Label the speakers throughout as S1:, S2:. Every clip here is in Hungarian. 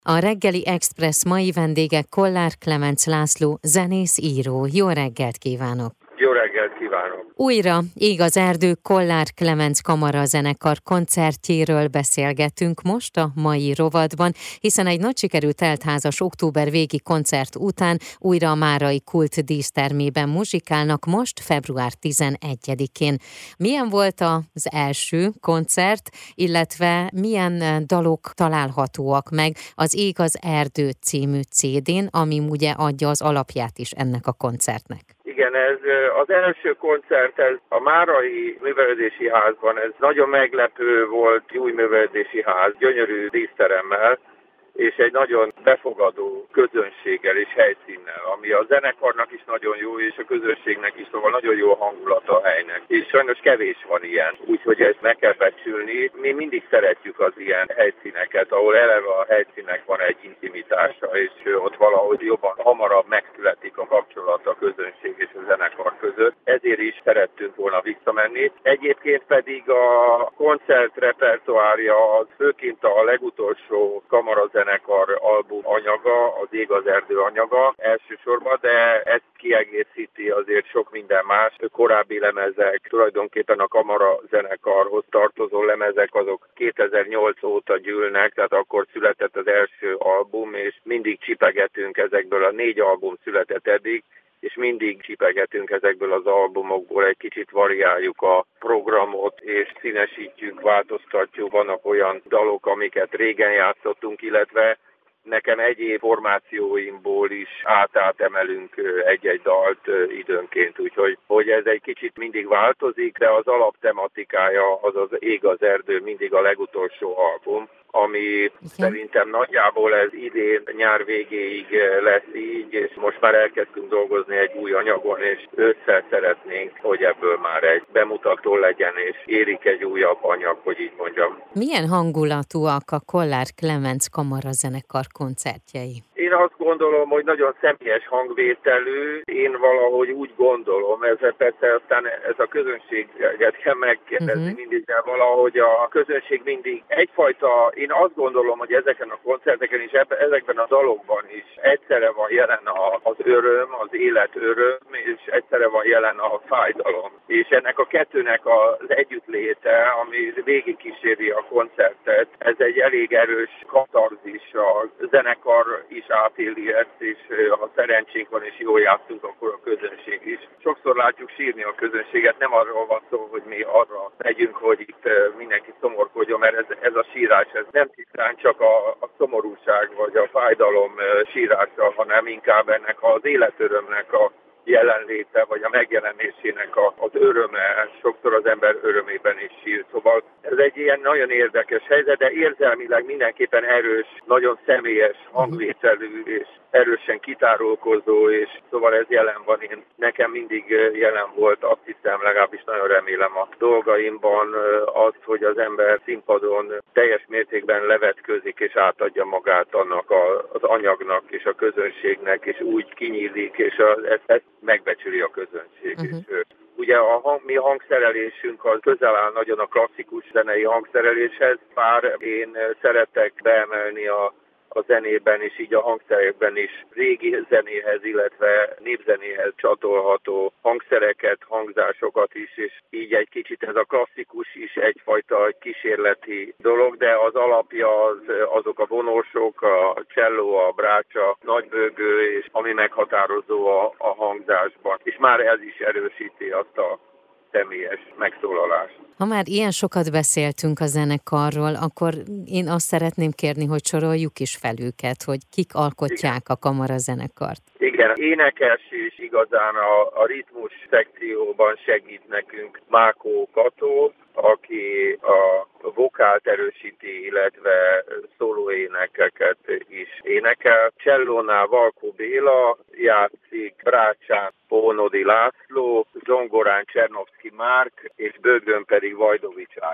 S1: A Reggeli Express mai vendége Kollár Klemenc László, zenész-író. Jó reggelt kívánok!
S2: Jó reggelt kívánok!
S1: Újra Ég az erdő Kollár Klemenc kamarazenekar koncertjéről beszélgetünk most a mai rovatban, hiszen egy nagy sikerű teltházas október végi koncert után újra a Márai Kult dísztermében muzsikálnak most február 11-én. Milyen volt az első koncert, illetve milyen dalok találhatóak meg az Ég az erdő című CD-n, ami ugye adja az alapját is ennek a koncertnek?
S2: Igen, ez az első koncert, ez a Márai Művelődési Házban, ez nagyon meglepő volt, új művelődési ház, gyönyörű díszteremmel, és egy nagyon befogadó közönséggel és helyszínnel, ami a zenekarnak is nagyon jó, és a közönségnek is, szóval nagyon jó hangulata a helynek. És sajnos kevés van ilyen, úgyhogy ezt meg kell becsülni. Mi mindig szeretjük az ilyen helyszíneket, ahol eleve a helyszínek van egy intimitása, és ott valahogy jobban, hamarabb megszületik a kapcsolat a közönség és a zenekar között. Ezért is szerettünk volna visszamenni. Egyébként pedig a koncert repertoárja az főként a legutolsó kamarazenekar album anyaga, az Ég az erdő anyaga elsősorban, de ezt kiegészíti azért sok minden más. Korábbi lemezek, tulajdonképpen a kamarazenekarhoz tartozó lemezek, azok 2008 óta gyűlnek, tehát akkor született az első album, és mindig csipegetünk ezekből, a 4 album született eddig, és mindig csipegetünk ezekből az albumokból, egy kicsit variáljuk a programot, és színesítjük, változtatjuk. Vannak olyan dalok, amiket régen játszottunk, illetve nekem egyéb formációimból is átemelünk egy-egy dalt időnként, úgyhogy ez egy kicsit mindig változik, de az alaptematikája az az Ég az erdő, mindig a legutolsó album, ami szerintem nagyjából ez idén nyár végéig lesz így, és most már elkezdtünk dolgozni egy új anyagon, és ősszel szeretnénk, hogy ebből már egy bemutató legyen, és érik egy újabb anyag, hogy így mondjam.
S1: Milyen hangulatúak a Kollár Klemenc kamarazenekar koncertjei?
S2: Én azt gondolom, hogy nagyon személyes hangvételű, én valahogy úgy gondolom, ez persze aztán ez a közönséget kell megkérdezni mindig, de valahogy a közönség mindig egyfajta, én azt gondolom, hogy ezeken a koncerteken és ezekben a dalokban is egyszerre van jelen az öröm, az élet öröm, és egyszerre van jelen a fájdalom. És ennek a kettőnek az együttléte, ami végigkíséri a koncertet, ez egy elég erős katarzis, a zenekar is átéli ezt, és ha szerencsénk van és jól játszunk, akkor a közönség is. Sokszor látjuk sírni a közönséget, nem arról van szó, hogy mi arra megyünk, hogy itt mindenki szomorkodjon, mert ez a sírás, ez nem tisztán csak a szomorúság vagy a fájdalom sírása, hanem inkább ennek az életörömnek a jelenléte, vagy a megjelenésének az öröme, sokszor az ember örömében is sír. Szóval ez egy ilyen nagyon érdekes helyzet, de érzelmileg mindenképpen erős, nagyon személyes hangvételű, és erősen kitárulkozó, és szóval ez jelen van. Nekem mindig jelen volt, azt hiszem, legalábbis nagyon remélem a dolgaimban az, hogy az ember színpadon teljes mértékben levetközik, és átadja magát annak az anyagnak és a közönségnek, és úgy kinyílik, és ezt megbecsüli a közönség. És, ugye mi hangszerelésünk az közel áll nagyon a klasszikus zenei hangszereléshez, bár én szeretek beemelni a zenében és így a hangszerekben is régi zenéhez, illetve népzenéhez csatolható hangszereket, hangzásokat is, és így egy kicsit ez a klasszikus is egyfajta kísérleti dolog, de az alapja azok a vonósok, a cselló, a brácsa, nagybőgő, és ami meghatározó a hangzásban. És már ez is erősíti azt a személyes megszólalást.
S1: Ha már ilyen sokat beszéltünk a zenekarról, akkor én azt szeretném kérni, hogy soroljuk is fel őket, hogy kik alkotják a kamarazenekart.
S2: Igen, énekes és igazán a ritmus szekcióban segít nekünk Mákó Kató, aki a vokált erősíti, illetve szólóénekeket is énekel. Csellónál Valkó Béla játszik, brácsán Pónodi László, zongorán Csernovszky Márk, és bőgön pedig Vajdovics Árpád.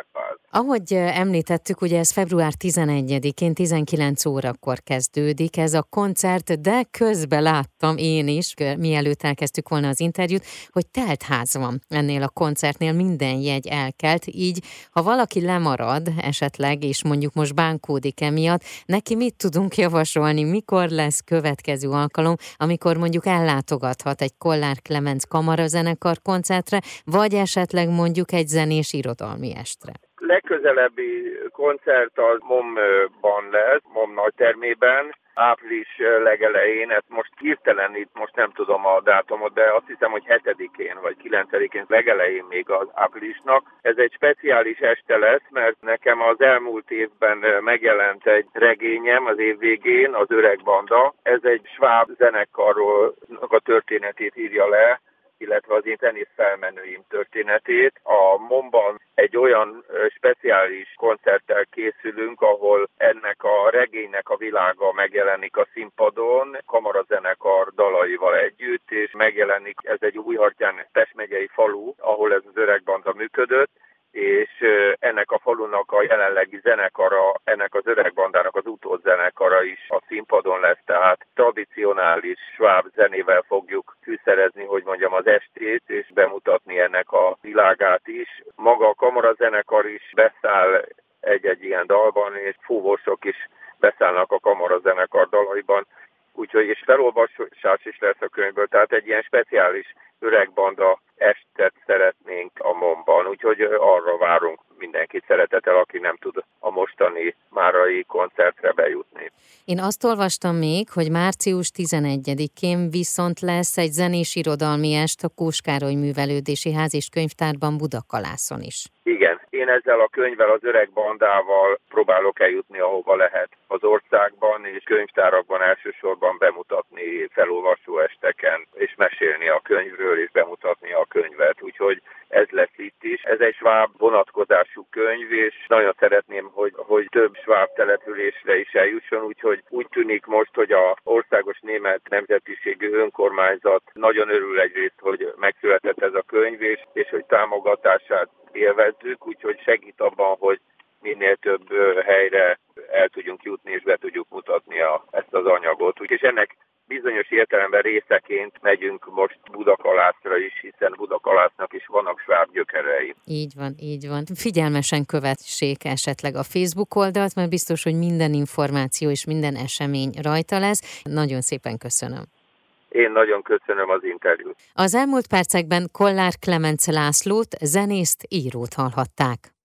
S1: Ahogy említettük, ugye ez február 11-én 19 órakor kezdődik ez a koncert, de közben láttam én is, mielőtt elkezdtük volna az interjút, hogy teltház van ennél a koncertnél, minden jegy elkelt, így ha valaki lemarad esetleg, és mondjuk most bánkódik emiatt, neki mit tudunk javasolni, mikor lesz következő alkalom, amikor mondjuk ellátogathat egy Kollár Klemenc kamarazenekar koncertre, vagy esetleg mondjuk egy zenés irodalmi estre?
S2: Legközelebbi koncert az MOM-ban lesz, MOM nagytermében, április legelején, ezt most hirtelen itt most nem tudom a dátumot, de azt hiszem, hogy 7-én vagy 9-én legelején még az áprilisnak. Ez egy speciális este lesz, mert nekem az elmúlt évben megjelent egy regényem az év végén, az Öreg Banda. Ez egy sváb zenekarról a történetét írja le, illetve az én zenész felmenőim történetét. A MOM-ban egy olyan speciális koncerttel készülünk, ahol ennek a regénynek a világa megjelenik a színpadon, kamarazenekar dalaival együtt, és megjelenik, ez egy Újhartyán Pest megyei falu, ahol ez az Öreg Banda működött, és ennek a falunak a jelenlegi zenekara, ennek az Öreg Bandának az utódzenekara is a színpadon lesz, tehát tradicionális sváb zenével fogjuk fűszerezni, hogy mondjam, az estét, és bemutatni ennek a világát is. Maga a kamarazenekar is beszáll egy-egy ilyen dalban, és fúvósok is beszállnak a kamarazenekar dalaiban, úgyhogy és felolvasás is lesz a könyvből, tehát egy ilyen speciális Öreg Banda estet szeretnénk a MOM-ban, úgyhogy arra várunk mindenkit szeretettel, aki nem tud a mostani márai koncertre bejutni.
S1: Én azt olvastam még, hogy március 11-én viszont lesz egy zenés irodalmi est a Kós Károly Művelődési Ház és Könyvtárban Budakalászon is.
S2: Igen, én ezzel a könyvvel, az Öreg Bandával próbálok eljutni, ahova lehet az országban, és könyvtárakban elsősorban bemutatni felolvasó esteken, és mesélni a könyvről, és bemutatni a könyvet. Úgyhogy ez lesz itt is. Ez egy sváb vonatkozású könyv, és nagyon szeretném, hogy több sváb településre is eljusson, úgyhogy úgy tűnik most, hogy az Országos Német Nemzetiségű Önkormányzat nagyon örül egyrészt, hogy megszületett ez a könyv, és hogy támogatását élvezzük, úgyhogy segít abban, hogy minél több helyre el tudjunk jutni, és be tudjuk mutatni ezt az anyagot. És ennek bizonyos értelemben részeként megyünk most Budakalászra is, hiszen Budakalásznak is vannak sváb gyökerei.
S1: Így van, így van. Figyelmesen kövessék esetleg a Facebook oldalt, mert biztos, hogy minden információ és minden esemény rajta lesz. Nagyon szépen köszönöm.
S2: Én nagyon köszönöm az interjút.
S1: Az elmúlt percekben Kollár Klemenc Lászlót, zenészt, írót hallhatták.